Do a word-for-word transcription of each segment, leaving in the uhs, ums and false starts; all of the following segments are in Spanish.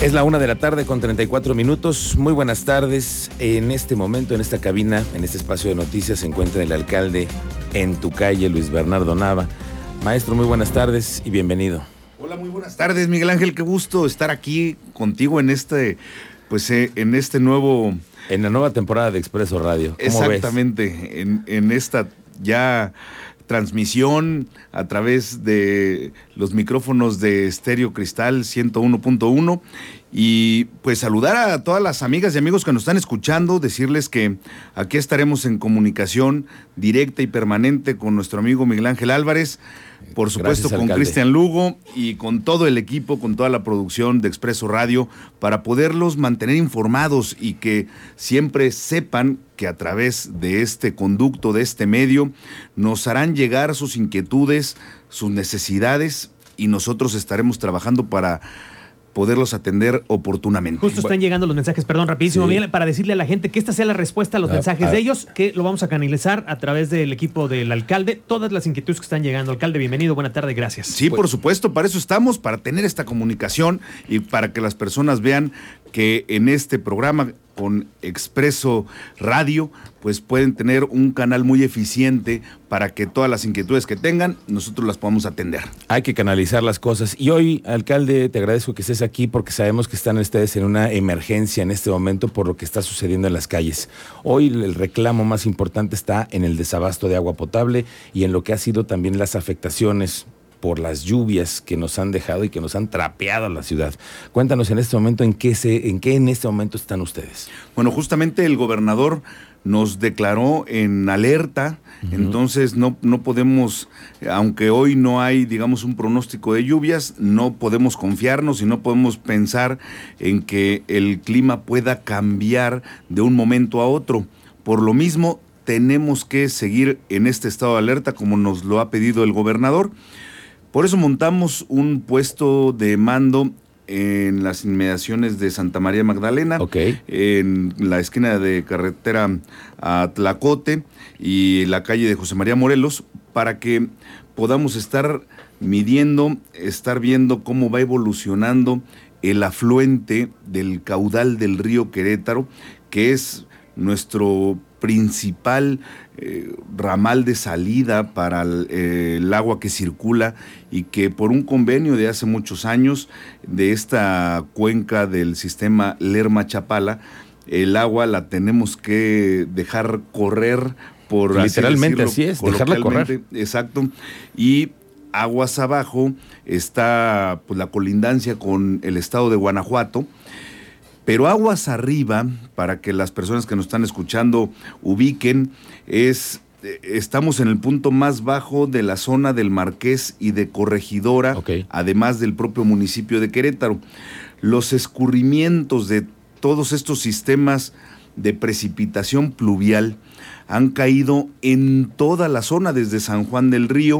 Es la una de la tarde con treinta y cuatro minutos. Muy buenas tardes. En este momento, en esta cabina, en este espacio de noticias, se encuentra el alcalde en tu calle, Luis Bernardo Nava. Maestro, muy buenas tardes y bienvenido. Hola, muy buenas tardes, Miguel Ángel. Qué gusto estar aquí contigo en este, pues, eh, en este nuevo... En la nueva temporada de Expreso Radio. ¿Cómo Exactamente, ves? en, en esta ya transmisión a través de los micrófonos de Estéreo Cristal ciento uno punto uno y pues saludar a todas las amigas y amigos que nos están escuchando, decirles que aquí estaremos en comunicación directa y permanente con nuestro amigo Miguel Ángel Álvarez, por supuesto Gracias, con alcalde. Cristian Lugo y con todo el equipo, con toda la producción de Expreso Radio, para poderlos mantener informados y que siempre sepan que a través de este conducto, de este medio, nos harán llegar sus inquietudes, sus necesidades, y nosotros estaremos trabajando para poderlos atender oportunamente. Justo están llegando los mensajes, perdón, rapidísimo, Sí. Miguel, para decirle a la gente que esta sea la respuesta a los Ah, mensajes ah. de ellos, que lo vamos a canalizar a través del equipo del alcalde, todas las inquietudes que están llegando. Alcalde, bienvenido, buena tarde, gracias. Sí, por supuesto, para eso estamos, para tener esta comunicación y para que las personas vean que en este programa con Expreso Radio, pues pueden tener un canal muy eficiente para que todas las inquietudes que tengan, nosotros las podamos atender. Hay que canalizar las cosas. Y hoy, alcalde, te agradezco que estés aquí porque sabemos que están ustedes en una emergencia en este momento por lo que está sucediendo en las calles. Hoy el reclamo más importante está en el desabasto de agua potable y en lo que ha sido también las afectaciones por las lluvias que nos han dejado y que nos han trapeado a la ciudad. Cuéntanos en este momento en qué se, en qué en este momento están ustedes. Bueno, justamente el gobernador nos declaró en alerta, uh-huh. Entonces no, no podemos, aunque hoy no hay, digamos, un pronóstico de lluvias, no podemos confiarnos y no podemos pensar en que el clima pueda cambiar de un momento a otro. Por lo mismo, tenemos que seguir en este estado de alerta como nos lo ha pedido el gobernador. Por eso montamos un puesto de mando en las inmediaciones de Santa María Magdalena, okay. En la esquina de carretera a Tlacote y la calle de José María Morelos, para que podamos estar midiendo, estar viendo cómo va evolucionando el afluente del caudal del río Querétaro, que es nuestro principal eh, ramal de salida para el, eh, el agua que circula y que por un convenio de hace muchos años de esta cuenca del sistema Lerma-Chapala, el agua la tenemos que dejar correr por literalmente así, decirlo, así es, dejarla correr. Exacto. Y aguas abajo está pues, la colindancia con el estado de Guanajuato. Pero aguas arriba, para que las personas que nos están escuchando ubiquen, es estamos en el punto más bajo de la zona del Marqués y de Corregidora, okay. Además del propio municipio de Querétaro. Los escurrimientos de todos estos sistemas de precipitación pluvial han caído en toda la zona, desde San Juan del Río,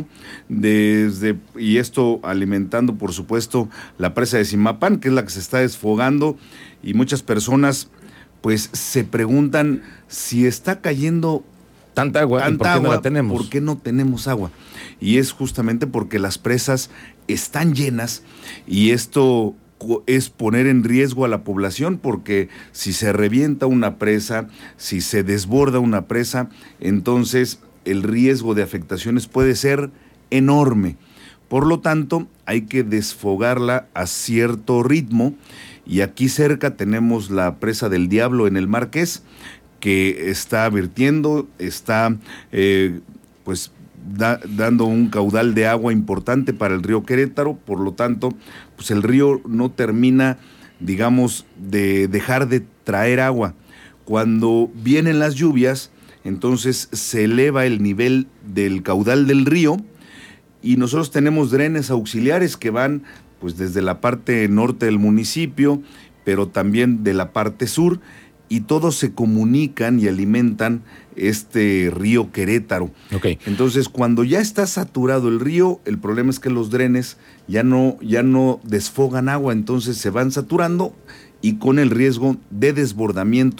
desde y esto alimentando, por supuesto, la presa de Zimapán, que es la que se está desfogando, y muchas personas pues se preguntan si está cayendo tanta agua, tanta ¿y por qué agua, no la tenemos? ¿Por qué no tenemos agua? Y es justamente porque las presas están llenas y esto es poner en riesgo a la población, porque si se revienta una presa, si se desborda una presa, entonces el riesgo de afectaciones puede ser enorme. Por lo tanto, hay que desfogarla a cierto ritmo, y aquí cerca tenemos la presa del Diablo en el Marqués, que está vertiendo, está eh, pues Da, dando un caudal de agua importante para el río Querétaro. Por lo tanto, pues el río no termina, digamos, de dejar de traer agua. Cuando vienen las lluvias, entonces se eleva el nivel del caudal del río y nosotros tenemos drenes auxiliares que van pues desde la parte norte del municipio, pero también de la parte sur, y todos se comunican y alimentan este río Querétaro. Okay. Entonces, cuando ya está saturado el río, el problema es que los drenes ya no, ya no desfogan agua, entonces se van saturando y con el riesgo de desbordamientos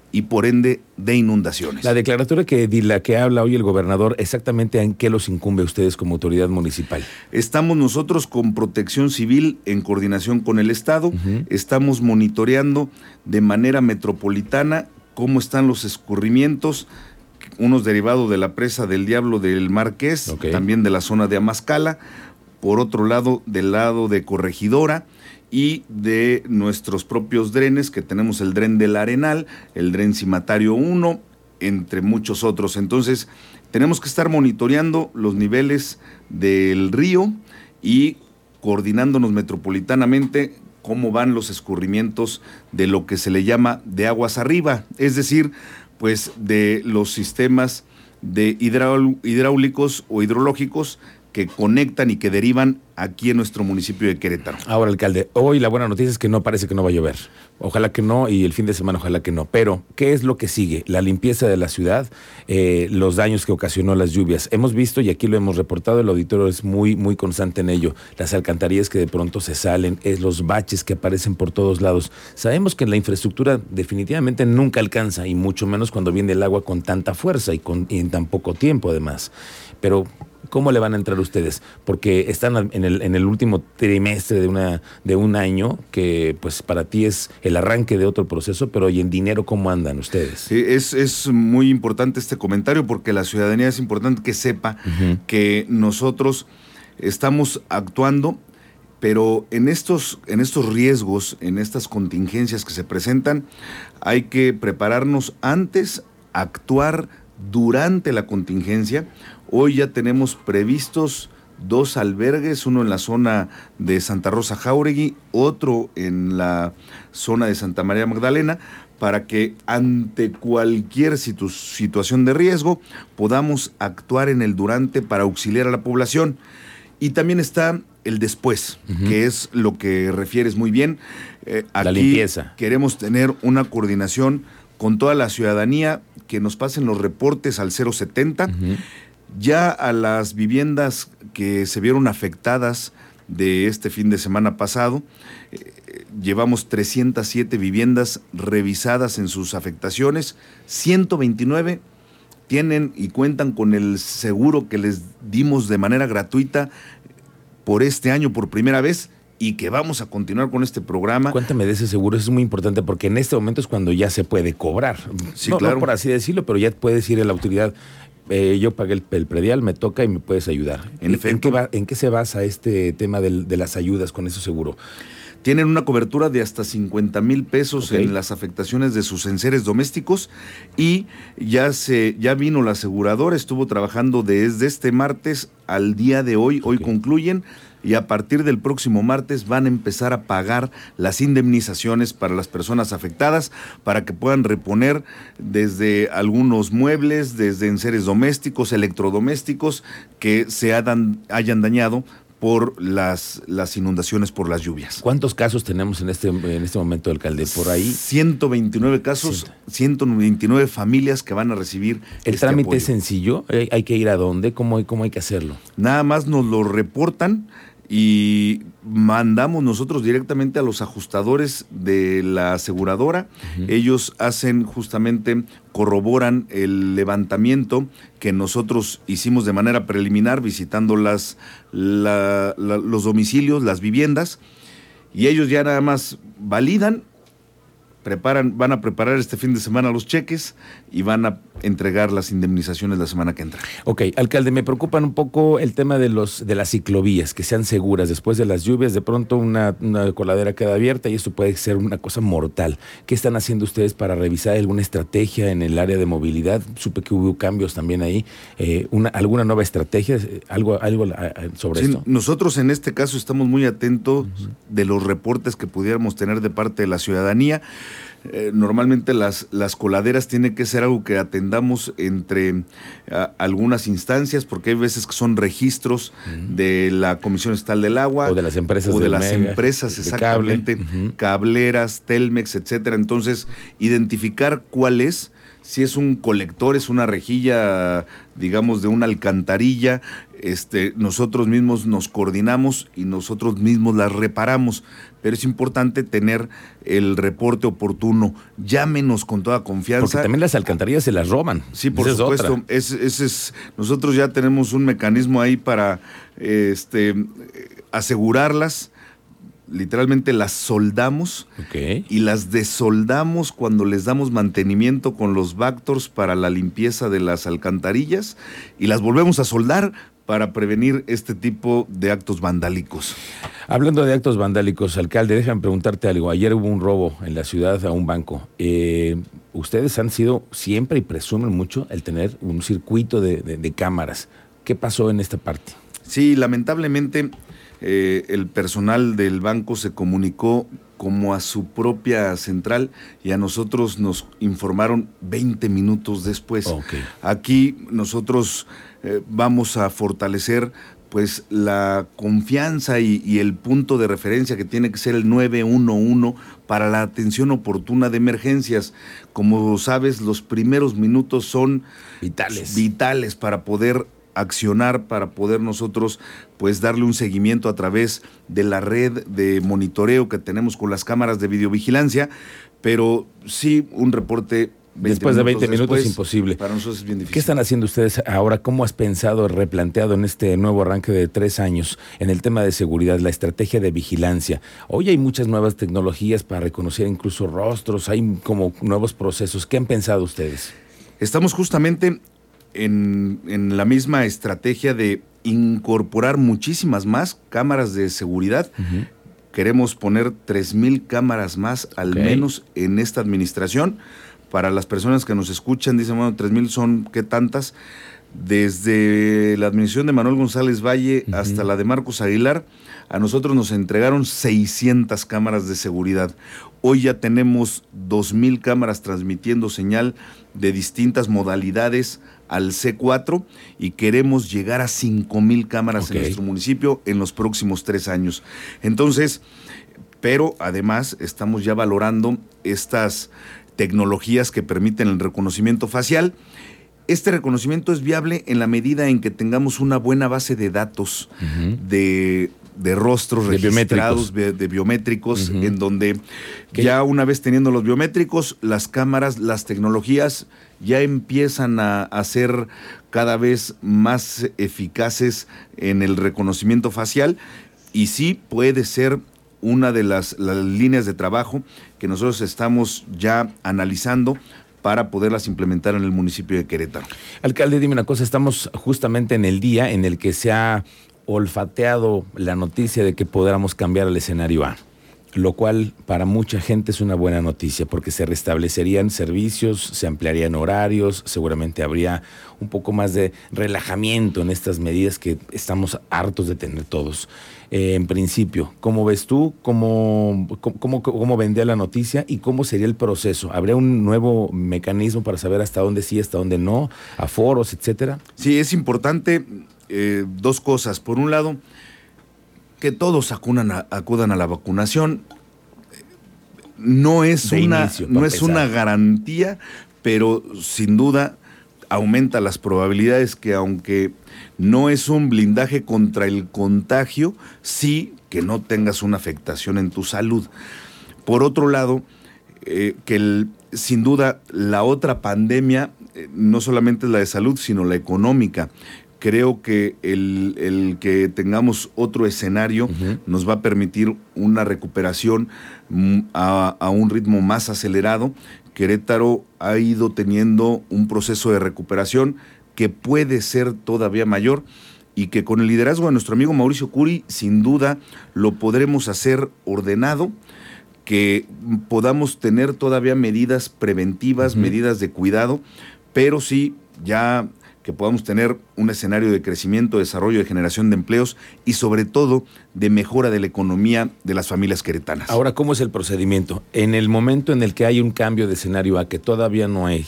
y por ende de inundaciones. La declaratoria que, de la que habla hoy el gobernador, ¿exactamente en qué los incumbe a ustedes como autoridad municipal? Estamos nosotros con Protección Civil en coordinación con el Estado, uh-huh. Estamos monitoreando de manera metropolitana cómo están los escurrimientos, unos derivados de la presa del Diablo del Marqués, okay. También de la zona de Amazcala, por otro lado del lado de Corregidora, y de nuestros propios drenes, que tenemos el dren del Arenal, el dren Cimatario uno, entre muchos otros. Entonces, tenemos que estar monitoreando los niveles del río y coordinándonos metropolitanamente cómo van los escurrimientos de lo que se le llama de aguas arriba, es decir, pues de los sistemas de hidráulicos o hidrológicos que conectan y que derivan aquí en nuestro municipio de Querétaro. Ahora, alcalde, hoy la buena noticia es que no parece que no va a llover. Ojalá que no, y el fin de semana ojalá que no. Pero, ¿qué es lo que sigue? La limpieza de la ciudad, eh, los daños que ocasionó las lluvias. Hemos visto, y aquí lo hemos reportado, el auditorio es muy, muy constante en ello, las alcantarillas que de pronto se salen, es los baches que aparecen por todos lados. Sabemos que la infraestructura definitivamente nunca alcanza, y mucho menos cuando viene el agua con tanta fuerza y, con, y en tan poco tiempo además. Pero ¿cómo le van a entrar ustedes? Porque están en el, en el último trimestre de una de un año que pues para ti es el arranque de otro proceso, pero ¿y en dinero cómo andan ustedes? Sí, es, es muy importante este comentario porque la ciudadanía es importante que sepa uh-huh. que nosotros estamos actuando, pero en estos, en estos riesgos, en estas contingencias que se presentan, hay que prepararnos antes, actuar durante la contingencia. Hoy ya tenemos previstos dos albergues, uno en la zona de Santa Rosa Jáuregui, otro en la zona de Santa María Magdalena, para que ante cualquier situ- situación de riesgo podamos actuar en el durante para auxiliar a la población. Y también está el después, uh-huh. que es lo que refieres muy bien. Eh, aquí la limpieza. Queremos tener una coordinación con toda la ciudadanía, que nos pasen los reportes al cero setenta. Uh-huh. Ya a las viviendas que se vieron afectadas de este fin de semana pasado, eh, llevamos trescientas siete viviendas revisadas en sus afectaciones, ciento veintinueve tienen y cuentan con el seguro que les dimos de manera gratuita por este año por primera vez, y que vamos a continuar con este programa. Cuéntame de ese seguro, eso es muy importante porque en este momento es cuando ya se puede cobrar. Sí, no, claro. No por así decirlo, pero ya puedes ir a la autoridad. Eh, yo pagué el, el predial, me toca y me puedes ayudar. En, ¿En, qué, va, ¿En qué se basa este tema del, de las ayudas con ese seguro? Tienen una cobertura de hasta cincuenta mil pesos okay. en las afectaciones de sus enseres domésticos, y ya se ya vino la aseguradora, estuvo trabajando desde este martes al día de hoy, okay. Hoy concluyen, y a partir del próximo martes van a empezar a pagar las indemnizaciones para las personas afectadas, para que puedan reponer desde algunos muebles, desde enseres domésticos, electrodomésticos que se hayan, hayan dañado por las, las inundaciones, por las lluvias. ¿Cuántos casos tenemos en este, en este momento, alcalde? Por ahí. ciento veintinueve casos, ciento veintinueve familias que van a recibir ¿El este trámite apoyo. Es sencillo? ¿Hay, hay que ir a dónde? ¿Cómo hay, cómo hay que hacerlo? Nada más nos lo reportan y mandamos nosotros directamente a los ajustadores de la aseguradora. Uh-huh. Ellos hacen justamente, corroboran el levantamiento que nosotros hicimos de manera preliminar, visitando las, la, la, los domicilios, las viviendas, y ellos ya nada más validan, preparan, van a preparar este fin de semana los cheques y van a entregar las indemnizaciones la semana que entra. Ok, alcalde, me preocupan un poco el tema de los de las ciclovías, que sean seguras. Después de las lluvias, de pronto una, una coladera queda abierta y esto puede ser una cosa mortal. ¿Qué están haciendo ustedes para revisar alguna estrategia en el área de movilidad? Supe que hubo cambios también ahí. Eh, una, ¿Alguna nueva estrategia? ¿Algo, algo sobre sí, esto? Nosotros en este caso estamos muy atentos uh-huh. de los reportes que pudiéramos tener de parte de la ciudadanía. Eh, normalmente las, las coladeras tienen que ser algo que atendamos entre a, algunas instancias, porque hay veces que son registros uh-huh. de la Comisión Estatal del Agua o de las empresas, o de, de las mega, empresas de exactamente, cable. Uh-huh. cableras, Telmex, etcétera. Entonces, identificar cuál es, si es un colector, es una rejilla, digamos, de una alcantarilla, este, nosotros mismos nos coordinamos y nosotros mismos las reparamos, pero es importante tener el reporte oportuno. Llámenos con toda confianza. Porque también las alcantarillas se las roban. Sí, por Esa supuesto. Es es, es, nosotros ya tenemos un mecanismo ahí para este, asegurarlas. Literalmente las soldamos, okay, y las desoldamos cuando les damos mantenimiento con los Bactors para la limpieza de las alcantarillas, y las volvemos a soldar para prevenir este tipo de actos vandálicos. Hablando de actos vandálicos, alcalde, déjame preguntarte algo. Ayer hubo un robo en la ciudad a un banco. Eh, ustedes han sido siempre y presumen mucho el tener un circuito de, de, de cámaras. ¿Qué pasó en esta parte? Sí, lamentablemente eh, el personal del banco se comunicó como a su propia central y a nosotros nos informaron veinte minutos después. Okay. Aquí nosotros eh, vamos a fortalecer pues la confianza y, y el punto de referencia que tiene que ser el nueve uno uno para la atención oportuna de emergencias. Como sabes, los primeros minutos son vitales, vitales para poder accionar, para poder nosotros pues darle un seguimiento a través de la red de monitoreo que tenemos con las cámaras de videovigilancia, pero sí un reporte después de veinte minutos después, imposible. Para nosotros es bien difícil. ¿Qué están haciendo ustedes ahora? ¿Cómo has pensado, replanteado en este nuevo arranque de tres años en el tema de seguridad, la estrategia de vigilancia? Hoy hay muchas nuevas tecnologías para reconocer incluso rostros, hay como nuevos procesos. ¿Qué han pensado ustedes? Estamos justamente en, en la misma estrategia de incorporar muchísimas más cámaras de seguridad. Uh-huh. Queremos poner tres mil cámaras más al okay. menos en esta administración. Para las personas que nos escuchan, dicen, bueno, tres mil son, ¿qué tantas? Desde la administración de Manuel González Valle uh-huh. hasta la de Marcos Aguilar, a nosotros nos entregaron seiscientas cámaras de seguridad. Hoy ya tenemos dos mil cámaras transmitiendo señal de distintas modalidades al C cuatro y queremos llegar a cinco mil cámaras okay. en nuestro municipio en los próximos tres años. Entonces, pero además estamos ya valorando estas tecnologías que permiten el reconocimiento facial. Este reconocimiento es viable en la medida en que tengamos una buena base de datos uh-huh. de, de rostros de registrados, biométricos. De, de biométricos, uh-huh. en donde ¿Qué? ya una vez teniendo los biométricos, las cámaras, las tecnologías ya empiezan a, a ser cada vez más eficaces en el reconocimiento facial, y sí puede ser una de las, las líneas de trabajo que nosotros estamos ya analizando para poderlas implementar en el municipio de Querétaro. Alcalde, dime una cosa, estamos justamente en el día en el que se ha olfateado la noticia de que podamos cambiar el escenario A, lo cual para mucha gente es una buena noticia porque se restablecerían servicios, se ampliarían horarios, seguramente habría un poco más de relajamiento en estas medidas que estamos hartos de tener todos. Eh, en principio, ¿cómo ves tú? ¿Cómo, cómo, cómo vendría la noticia y cómo sería el proceso? ¿Habría un nuevo mecanismo para saber hasta dónde sí, hasta dónde no, aforos, etcétera? Sí, es importante eh, dos cosas. Por un lado, que todos acudan a, acudan a la vacunación. No es, una, inicio, no es una garantía, pero sin duda aumenta las probabilidades que, aunque no es un blindaje contra el contagio, sí que no tengas una afectación en tu salud. Por otro lado, eh, que el, sin duda la otra pandemia eh, no solamente es la de salud, sino la económica. Creo que el, el que tengamos otro escenario uh-huh. nos va a permitir una recuperación a, a un ritmo más acelerado. Querétaro ha ido teniendo un proceso de recuperación que puede ser todavía mayor y que con el liderazgo de nuestro amigo Mauricio Curi, sin duda lo podremos hacer ordenado, que podamos tener todavía medidas preventivas, uh-huh. medidas de cuidado, pero sí ya que podamos tener un escenario de crecimiento, desarrollo, de generación de empleos y sobre todo de mejora de la economía de las familias queretanas. Ahora, ¿cómo es el procedimiento? En el momento en el que hay un cambio de escenario a que todavía no hay,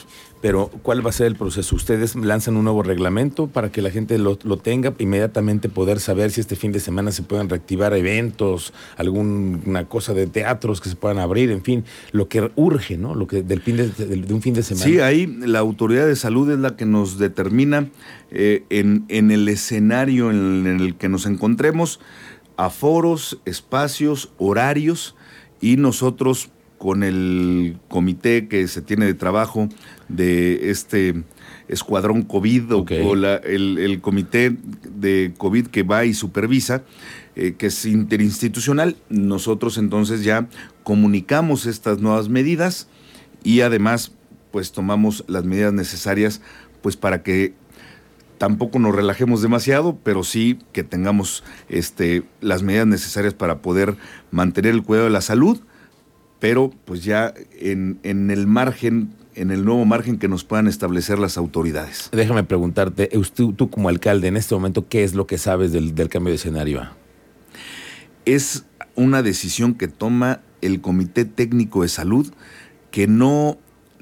pero ¿cuál va a ser el proceso? ¿Ustedes lanzan un nuevo reglamento para que la gente lo, lo tenga, inmediatamente poder saber si este fin de semana se pueden reactivar eventos, alguna cosa de teatros que se puedan abrir, en fin, lo que urge, ¿no? Lo que del fin de, de, de un fin de semana. Sí, ahí la autoridad de salud es la que nos determina eh, en, en el escenario en, en el que nos encontremos, aforos, espacios, horarios, y nosotros con el comité que se tiene de trabajo de este escuadrón COVID okay. o, o la, el, el comité de COVID que va y supervisa, eh, que es interinstitucional, nosotros entonces ya comunicamos estas nuevas medidas y además pues tomamos las medidas necesarias pues para que tampoco nos relajemos demasiado, pero sí que tengamos este, las medidas necesarias para poder mantener el cuidado de la salud, pero pues ya en, en el margen, en el nuevo margen que nos puedan establecer las autoridades. Déjame preguntarte, tú, tú como alcalde, en este momento, ¿qué es lo que sabes del, del cambio de escenario? Es una decisión que toma el Comité Técnico de Salud, que no,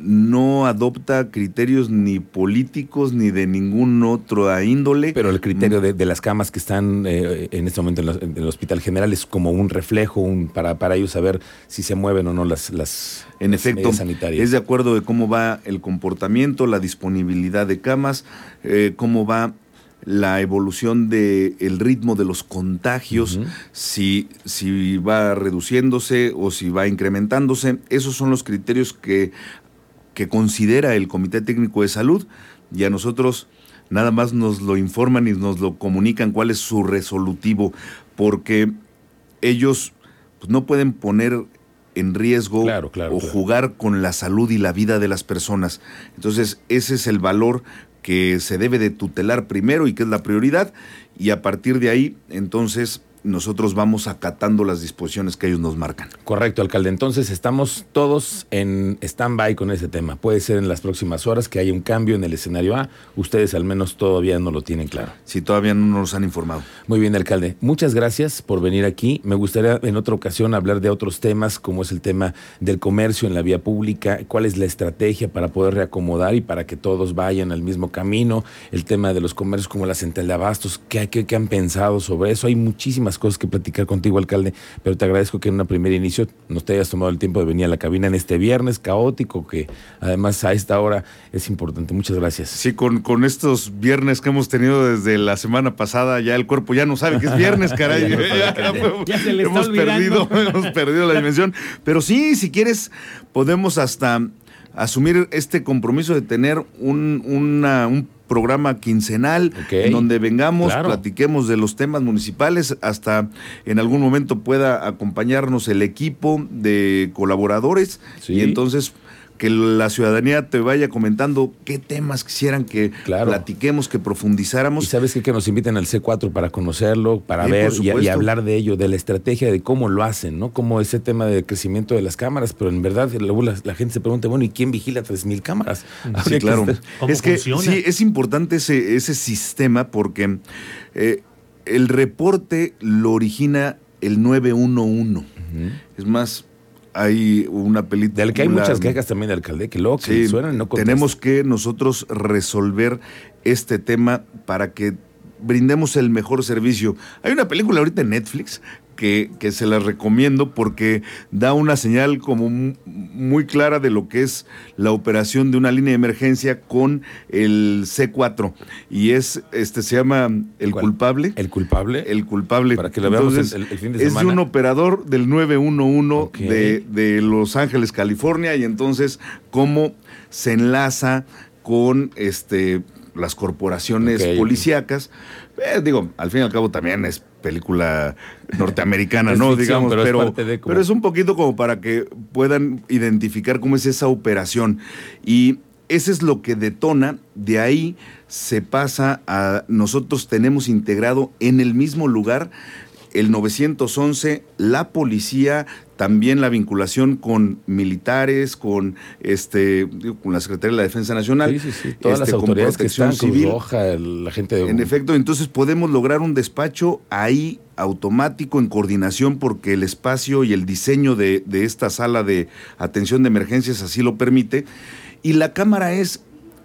no adopta criterios ni políticos ni de ningún otro índole. Pero el criterio de, de las camas que están eh, en este momento en, la, en el Hospital General es como un reflejo un, para, para ellos saber si se mueven o no las, las en efecto, medidas sanitarias. Es de acuerdo de cómo va el comportamiento, la disponibilidad de camas, eh, cómo va la evolución del de ritmo de los contagios, uh-huh. si, si va reduciéndose o si va incrementándose. Esos son los criterios que que considera el Comité Técnico de Salud, y a nosotros nada más nos lo informan y nos lo comunican cuál es su resolutivo, porque ellos pues, no pueden poner en riesgo claro, claro, o claro. jugar con la salud y la vida de las personas. Entonces, ese es el valor que se debe de tutelar primero y que es la prioridad, y a partir de ahí, entonces, nosotros vamos acatando las disposiciones que ellos nos marcan. Correcto, alcalde. Entonces estamos todos en stand-by con ese tema. Puede ser en las próximas horas que haya un cambio en el escenario A. Ustedes al menos todavía no lo tienen claro. Sí, todavía no nos han informado. Muy bien, alcalde. Muchas gracias por venir aquí. Me gustaría en otra ocasión hablar de otros temas, como es el tema del comercio en la vía pública, cuál es la estrategia para poder reacomodar y para que todos vayan al mismo camino, el tema de los comercios como la central de abastos, ¿qué, qué, qué han pensado sobre eso? Hay muchísimas cosas que platicar contigo, alcalde, pero te agradezco que en un primer inicio nos te hayas tomado el tiempo de venir a la cabina en este viernes caótico, que además a esta hora es importante. Muchas gracias. Sí, con, con estos viernes que hemos tenido desde la semana pasada, ya el cuerpo ya no sabe que es viernes, caray. ya, no ya, ya, ya se le hemos está perdido, hemos perdido la dimensión. Pero sí, si quieres, podemos hasta asumir este compromiso de tener un, una, un programa quincenal, okay, en donde vengamos, claro, platiquemos de los temas municipales, hasta en algún momento pueda acompañarnos el equipo de colaboradores, sí, y entonces que la ciudadanía te vaya comentando qué temas quisieran que claro. platiquemos, que profundizáramos. Y sabes qué? Que nos inviten al C cuatro para conocerlo, para sí, ver y, y hablar de ello, de la estrategia, de cómo lo hacen, ¿no? Como ese tema de crecimiento de las cámaras, pero en verdad luego la, la gente se pregunta, bueno, ¿y quién vigila tres mil cámaras? Sí, claro. Que es que funciona? Sí, es importante ese, ese sistema porque eh, el reporte lo origina el nueve uno uno. Uh-huh. Es más, hay una película... Del que hay muchas quejas también de alcalde, que luego que sí, suenan no contestan. Tenemos que nosotros resolver este tema para que brindemos el mejor servicio. Hay una película ahorita en Netflix que, que se la recomiendo porque da una señal como muy clara de lo que es la operación de una línea de emergencia con el C cuatro. Y es, este se llama El ¿Cuál? Culpable. ¿El Culpable? El Culpable. Para que lo veamos el, el, el fin de semana. Es de un operador del nueve uno uno, okay, de, de Los Ángeles, California, y entonces cómo se enlaza con este las corporaciones okay, policíacas. Eh, digo, al fin y al cabo también es película norteamericana, ¿no? Ficción, digamos, pero, pero, es de como... pero es un poquito como para que puedan identificar cómo es esa operación. Y eso es lo que detona, de ahí se pasa a nosotros tenemos integrado en el mismo lugar el nueve once, la policía, también la vinculación con militares, con este, con la Secretaría de la Defensa Nacional, sí, sí, sí. Todas este, las autoridades con Protección que están, Civil. Cruz Roja, la gente de... En efecto, entonces podemos lograr un despacho ahí automático en coordinación porque el espacio y el diseño de, de esta sala de atención de emergencias así lo permite. Y la cámara es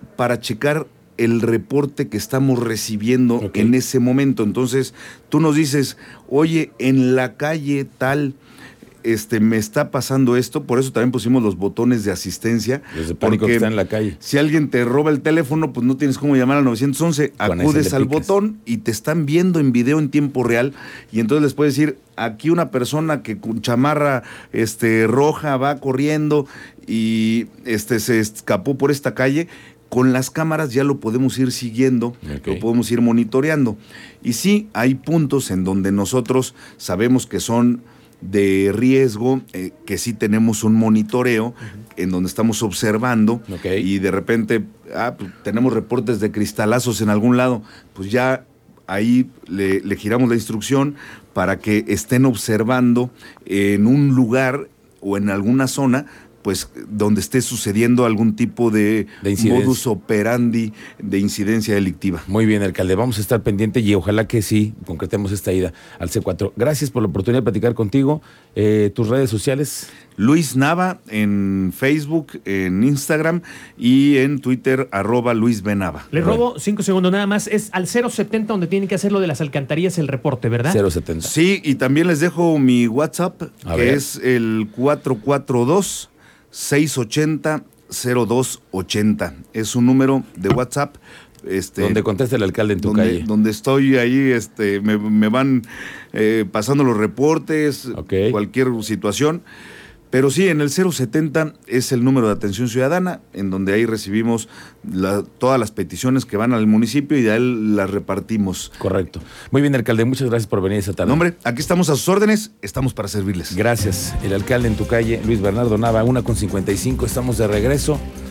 para checar el reporte que estamos recibiendo okay. en ese momento. Entonces, tú nos dices, oye, en la calle tal, este, me está pasando esto, por eso también pusimos los botones de asistencia. Los de pánico que están en la calle. Si alguien te roba el teléfono, pues no tienes cómo llamar al nueve once, Con acudes al botón y te están viendo en video en tiempo real, y entonces les puedes decir, aquí una persona que con chamarra este, roja va corriendo y este, se escapó por esta calle. Con las cámaras ya lo podemos ir siguiendo, okay. lo podemos ir monitoreando. Y sí, hay puntos en donde nosotros sabemos que son de riesgo, eh, que sí tenemos un monitoreo, uh-huh. en donde estamos observando, okay. y de repente ah, pues, tenemos reportes de cristalazos en algún lado, pues ya ahí le, le giramos la instrucción para que estén observando en un lugar o en alguna zona, pues donde esté sucediendo algún tipo de, de modus operandi de incidencia delictiva. Muy bien, alcalde, vamos a estar pendiente y ojalá que sí concretemos esta ida al C cuatro. Gracias por la oportunidad de platicar contigo. Eh, ¿Tus redes sociales? Luis Nava en Facebook, en Instagram y en Twitter, arroba Luis B. Nava. Le robo cinco segundos nada más. Es al cero setenta donde tienen que hacer lo de las alcantarillas el reporte, ¿verdad? cero setenta. Sí, y también les dejo mi WhatsApp, a que ver. es el cuatro cuatro dos, seis ochenta, cero dos ochenta. Es un número de WhatsApp. Este, donde contesta el alcalde en tu donde, calle. Donde estoy ahí, este, me, me van eh, pasando los reportes, okay. cualquier situación. Pero sí, en el cero setenta es el número de atención ciudadana, en donde ahí recibimos la, todas las peticiones que van al municipio y de ahí las repartimos. Correcto. Muy bien, alcalde, muchas gracias por venir esta tarde. No, hombre, aquí estamos a sus órdenes, estamos para servirles. Gracias. El alcalde en tu calle, Luis Bernardo Nava, una con cincuenta y cinco, estamos de regreso.